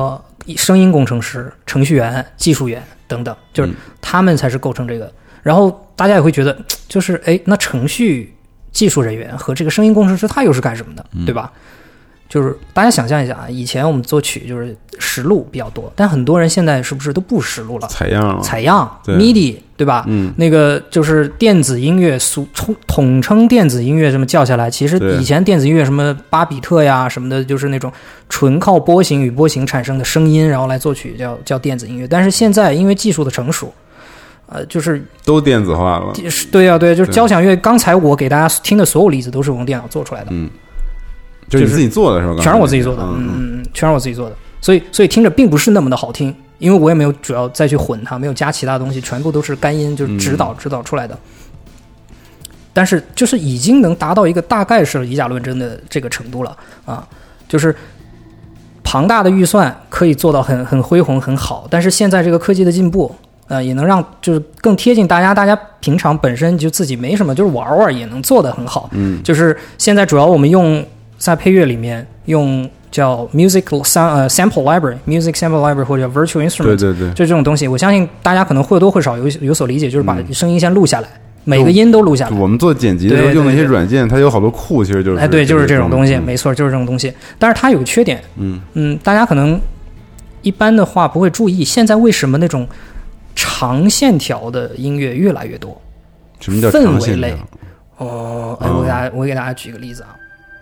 声音工程师、程序员、技术员等等，就是他们才是构成这个。然后大家也会觉得，就是哎，那程序技术人员和这个声音工程师他又是干什么的，对吧？就是大家想象一下啊，以前我们作曲就是实录比较多，但很多人现在是不是都不实录了？ 采样了， 采样 M I D I 对吧？嗯，那个就是电子音乐，俗统称电子音乐，这么叫下来，其实以前电子音乐什么巴比特呀什么的，就是那种纯靠波形与波形产生的声音，然后来作曲叫叫电子音乐。但是现在因为技术的成熟，呃，就是都电子化了。 对啊，对，就是交响乐。刚才我给大家听的所有例子都是我用电脑做出来的。 嗯。就是你自己做的是吧？ 全是我自己做的，嗯嗯嗯，全是我自己做的，所以所以听着并不是那么的好听，因为我也没有主要再去混它，没有加其他东西，全部都是干音，就是指导、嗯、指导出来的。但是就是已经能达到一个大概是以假乱真的这个程度了啊，就是庞大的预算可以做到很很恢宏很好，但是现在这个科技的进步。呃，也能让就是更贴近大家，大家平常本身就自己没什么，就是玩玩也能做得很好。嗯，就是现在主要我们用在配乐里面用叫 music sound 呃 sample library、music sample library 或者 virtual instrument， 对对对， 就这种东西，我相信大家可能或多或少有有所理解，就是把声音先录下来，嗯、每个音都录下来。 我们做剪辑的时候用那些软件，它有好多库，其实就是哎，对，就是这种东西，没错，就是这种东西。但是它有个缺点，嗯嗯，大家可能一般的话不会注意，现在为什么那种长线条的音乐越来越多？ 什么叫长线条？ 哦，哎，我给大家，我给大家举个例子啊。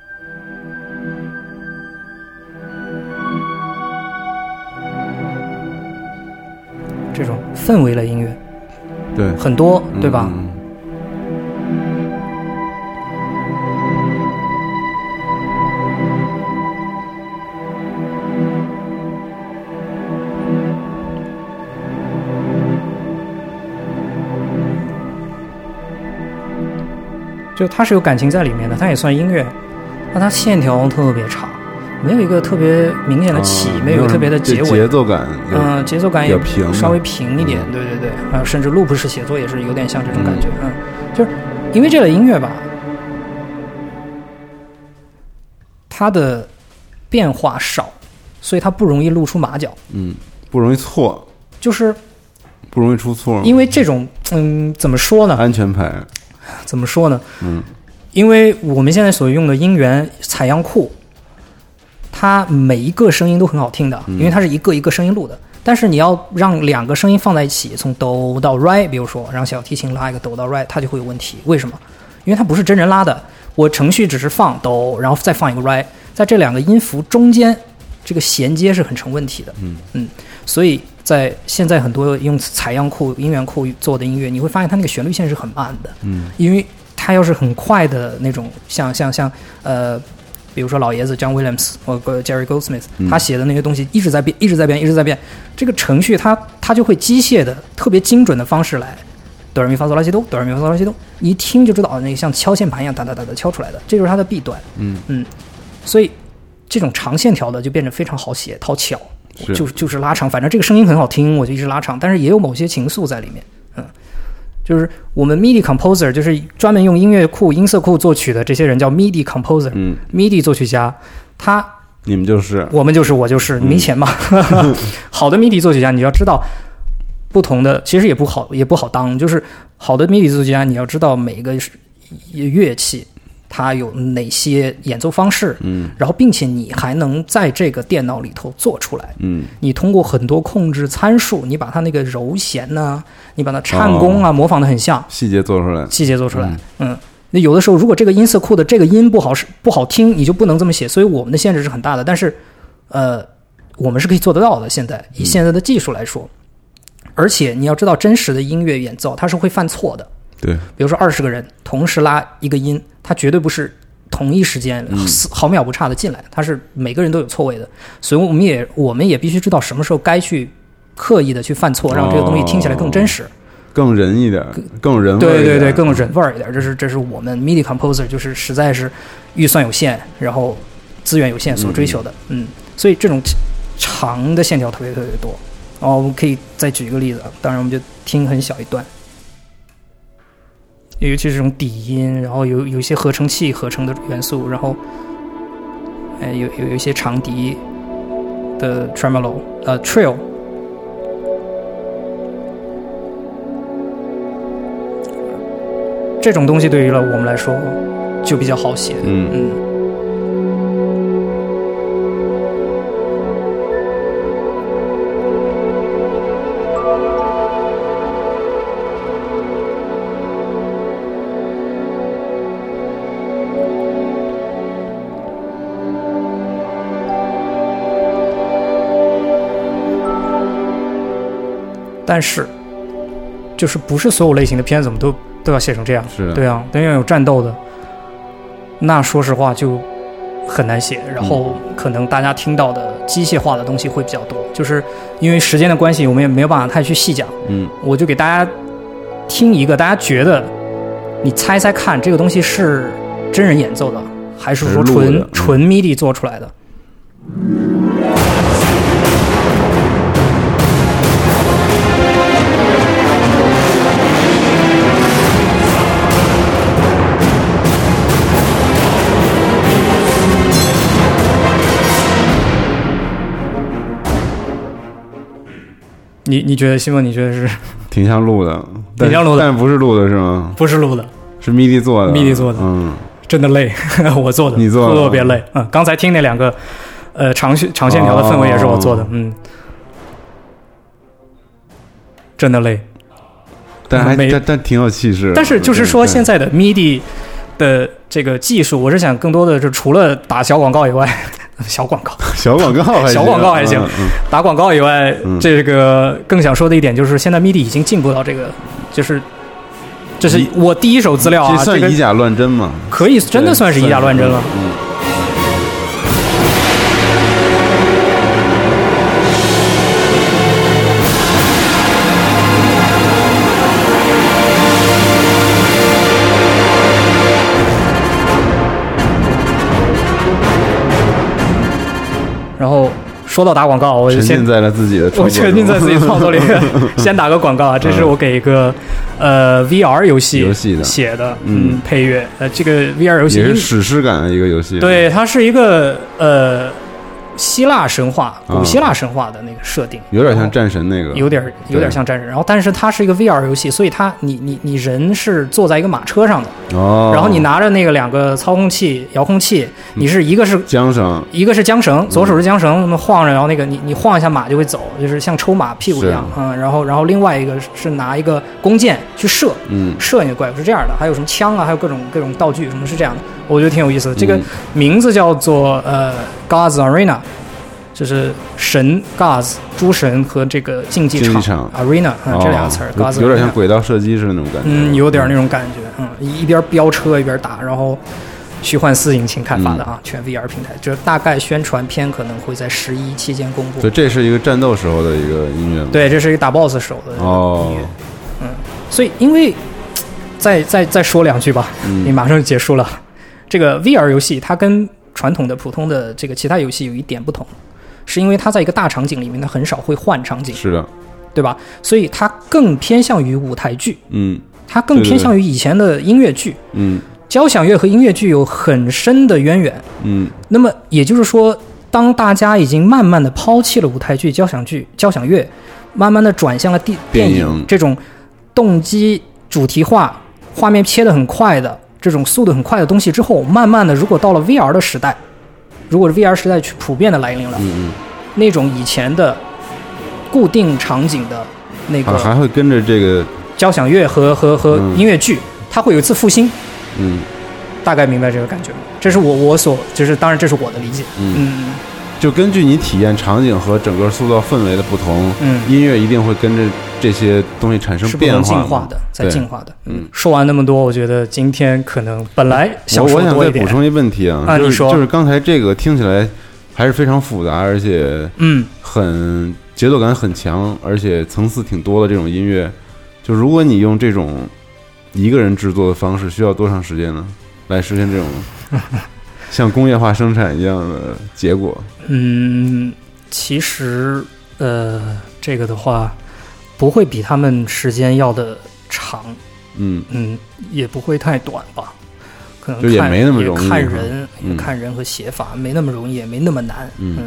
这种氛围类音乐， 对， 很多，对吧？嗯就它是有感情在里面的，它也算音乐，那它线条特别长，没有一个特别明显的起，啊、没有一个特别的结尾， 节奏感， 嗯、呃，节奏感也平， 稍微平一点，嗯、对对对，啊，甚至 loop 式写作也是有点像这种感觉，嗯，嗯就是因为这类音乐吧，它的变化少，所以它不容易露出马脚， 嗯，不容易错， 就是不容易出错， 因为这种，嗯，怎么说呢？ 安全牌。 怎么说呢？ 嗯， 因为我们现在所用的音源采样库，它每一个声音都很好听的，因为它是一个一个声音录的。但是你要让两个声音放在一起，从哆到 re， 比如说让小提琴拉一个哆到 re， 它就会有问题。为什么？因为它不是真人拉的，我程序只是放哆，然后再放一个 re， 在这两个音符中间，这个衔接是很成问题的。 嗯嗯，所以。在现在很多用采样库、音源库做的音乐，你会发现它那个旋律线是很慢的， 嗯， 因为它要是很快的那种，像像像呃，比如说老爷子 John Williams 或者 Jerry Goldsmith，嗯、他写的那些东西一直在变，一直在变，一直在变。这个程序它它就会机械的、特别精准的方式来哆来咪发嗦拉西哆，哆来咪发嗦拉西哆，你一听就知道那个像敲键盘一样哒哒哒哒敲出来的，这就是它的 B 段， 嗯嗯，所以这种长线条的就变得非常好写、讨巧。就就是拉长，反正这个声音很好听，我就一直拉长，但是也有某些情愫在里面。嗯，就是我们 M I D I composer， 就是专门用音乐库、音色库作曲的这些人叫 M I D I composer， 嗯 ，M I D I 作曲家，他你们就是我们就是我就是，没钱嘛。嗯、好的 M I D I 作曲家，你要知道不同的，其实也不好也不好当，就是好的 M I D I 作曲家，你要知道每个乐器。它有哪些演奏方式， 嗯， 然后并且你还能在这个电脑里头做出来， 嗯， 你通过很多控制参数，你把它那个柔弦呐、啊，你把它颤弓啊、哦、模仿得很像， 细节做出来， 细节做出来，嗯，那、嗯、有的时候如果这个音色库的这个音不好不好听，你就不能这么写，所以我们的限制是很大的，但是，呃，我们是可以做得到的。现在以现在的技术来说，嗯、而且你要知道，真实的音乐演奏它是会犯错的。 对， 比如说二十个人同时拉一个音，它绝对不是同一时间、嗯、毫秒不差的进来，它是每个人都有错位的，所以我们也我们也必须知道什么时候该去刻意的去犯错，让这个东西听起来更真实，哦、 更人一点，更人味对对对，更人味一点。这是这是我们 M I D I composer 就是实在是预算有限，然后资源有限所追求的，嗯，嗯所以这种长的线条特别特别多。哦，我们可以再举一个例子，当然我们就听很小一段。尤其是这种底音，然后有有一些合成器合成的元素，然后，哎，有有有一些长笛的 tremolo， 呃 Trill， 这种东西对于了我们来说就比较好写。 嗯嗯。但是，就是不是所有类型的片子我们都都要写成这样， 是的， 对啊，但要有战斗的，那说实话就很难写。然后可能大家听到的机械化的东西会比较多，就是因为时间的关系，我们也没有办法太去细讲。 嗯， 我就给大家听一个，大家觉得你猜猜看，这个东西是真人演奏的，还是说纯、嗯、纯 M I D I 做出来的？你你觉得西蒙？你觉得是？ 挺像录的， 挺像录的， 但不是录的是吗？ 不是录的， 是 M I D I 做的 ，M I D I 做的， 嗯， 真的累，我做的， 你做的， 特别累。嗯，刚才听那两个，呃，长长线条的氛围也是我做的，哦、嗯，真的累， 但还但但挺有气势。 但是就是说，现在的 M I D I 的这个技术，我是想更多的就除了打小广告以外。小广告， 小广告还行， 小广告还行。 嗯嗯、 打广告以外、嗯，这个更想说的一点就是，现在 M I D I 已经进步到这个，就是这是我第一手资料啊， 这算以假乱真吗？ 这个、可以，真的算是以假乱真了。 嗯。 然后说到打广告，我就先沉浸在了自己的创作， 我沉浸在自己创作里。先打个广告啊，这是我给一个、嗯、呃 V R 游戏游戏的写的，嗯，配乐。呃，这个 V R 游戏也是史诗感的一个游戏。 对，它是一个呃希腊神话、古希腊神话的那个设定， 有点像战神那个， 有点有点像战神。然后，但是它是一个 V R 游戏，所以它你你你人是坐在一个马车上的。 哦， 然后你拿着那个两个操控器、遥控器，你是一个是缰绳， 一个是缰绳，左手是缰绳，那么晃着，然后那个你你晃一下马就会走，就是像抽马屁股一样，嗯，然后然后另外一个是拿一个弓箭去射，嗯，射那个怪物是这样的，还有什么枪啊，还有各种各种道具，什么是这样的，我觉得挺有意思的。这个名字叫做呃 God's Arena， 就是神 Gods 诸神和这个竞技场, 场 Arena、嗯哦、这两个词儿， 有点像轨道射击似的那种感觉， 嗯，有点那种感觉，嗯，一边飙车一边打，然后虚幻四引擎开发的啊、嗯，全 V R 平台，这大概宣传片可能会在十一期间公布。 所以这是一个战斗时候的一个音乐吗？ 对，这是一个打 boss 时候的音乐。 哦， 嗯，所以因为再再再说两句吧，嗯、你马上就结束了。这个 V R 游戏它跟传统的普通的这个其他游戏有一点不同，是因为它在一个大场景里面，它很少会换场景， 是的， 对吧？所以它更偏向于舞台剧， 嗯， 它更偏向于以前的音乐剧， 嗯。 交响乐和音乐剧有很深的渊源， 嗯， 那么也就是说，当大家已经慢慢的抛弃了舞台剧、交响剧、交响乐，慢慢的转向了电电影这种动机主题化、画面切得很快的这种速度很快的东西之后，慢慢的，如果到了 V R 的时代，如果 V R 时代去普遍的来临了， 嗯嗯， 那种以前的固定场景的那个、 啊、还会跟着这个交响乐和和和音乐剧、嗯，它会有一次复兴。 嗯， 大概明白这个感觉，这是我我所就是当然这是我的理解。 嗯，嗯就根据你体验场景和整个塑造氛围的不同， 嗯， 音乐一定会跟着这些东西产生变化， 是进化的，在进化的。嗯，说完那么多，我觉得今天可能本来想说多一点， 我我想再补充一个问题啊， 啊， 就是、 你说， 就是刚才这个听起来还是非常复杂，而且嗯， 很节奏感很强，而且层次挺多的这种音乐，就如果你用这种一个人制作的方式需要多长时间呢？来实现这种像工业化生产一样的结果？ 嗯，其实呃，这个的话不会比他们时间要的长， 嗯嗯，也不会太短吧？可能就也没那么容易， 看人，也看人和写法，嗯、没那么容易，也没那么难。 嗯， 嗯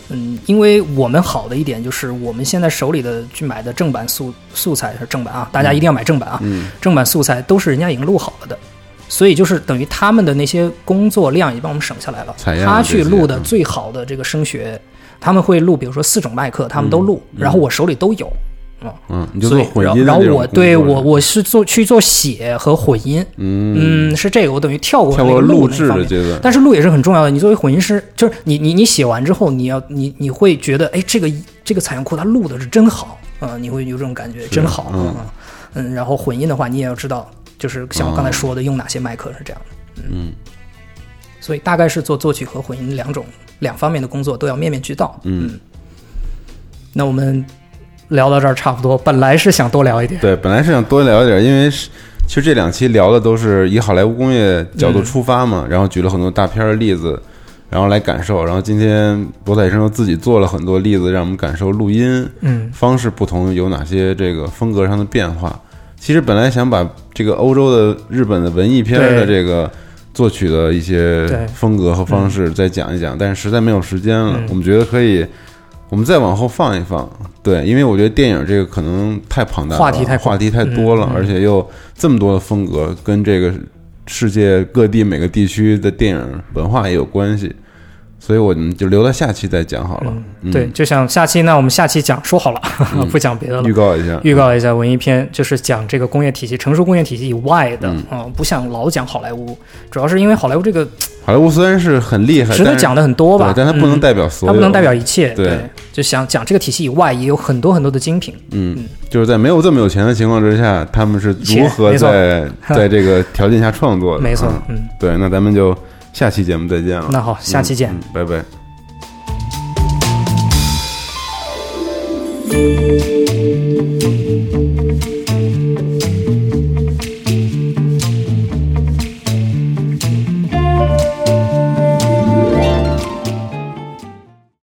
嗯，因为我们好的一点就是我们现在手里的去买的正版素素材是正版啊，大家一定要买正版啊， 嗯、 正版素材都是人家已经录好了的。所以就是等于他们的那些工作量也帮我们省下来了。他去录的最好的这个声学，他们会录，比如说四种麦克，他们都录，嗯、然后我手里都有。 嗯，嗯你就做混音的。 然后我对我我是做去做写和混音， 嗯嗯，是这个，我等于跳过跳过录制的阶段。 但是录也是很重要的。你作为混音师，就是你你你写完之后，你要你你会觉得，哎，这个这个采样库它录的是真好啊、呃，你会有这种感觉，真好。 嗯嗯，然后混音的话，你也要知道。就是像我刚才说的，用哪些麦克是这样的， 嗯，嗯所以大概是做作曲和混音两种两方面的工作都要面面俱到， 嗯, 嗯。那我们聊到这儿差不多，本来是想多聊一点， 对，本来是想多聊一点，因为其实这两期聊的都是以好莱坞工业角度出发嘛，嗯、然后举了很多大片的例子，然后来感受，然后今天博采生又自己做了很多例子，让我们感受录音， 嗯， 方式不同有哪些这个风格上的变化。其实本来想把这个欧洲的、日本的文艺片的这个作曲的一些风格和方式再讲一讲，但是实在没有时间了。 嗯、 我们觉得可以，我们再往后放一放。对，因为我觉得电影这个可能太庞大了， 话题太话题太多了， 嗯、 而且又这么多的风格，跟这个世界各地每个地区的电影文化也有关系。所以我们就留到下期再讲好了。 嗯、对，就像下期，那我们下期讲说好了，嗯、不讲别的了。 预告一下， 预告一下文艺片，就是讲这个工业体系、成熟工业体系以外的， 嗯、 呃，不像老讲好莱坞，主要是因为好莱坞这个， 好莱坞虽然是很厉害， 值得讲的很多吧， 但它不能代表所有， 嗯、它不能代表一切。 对， 对就想讲这个体系以外，也有很多很多的精品。 嗯，嗯就是在没有这么有钱的情况之下，他们是如何在在这个条件下创作的？ 没错，嗯， 嗯对，那咱们就下期节目再见了。 那好，下期见， 嗯嗯、拜拜。 Thank you.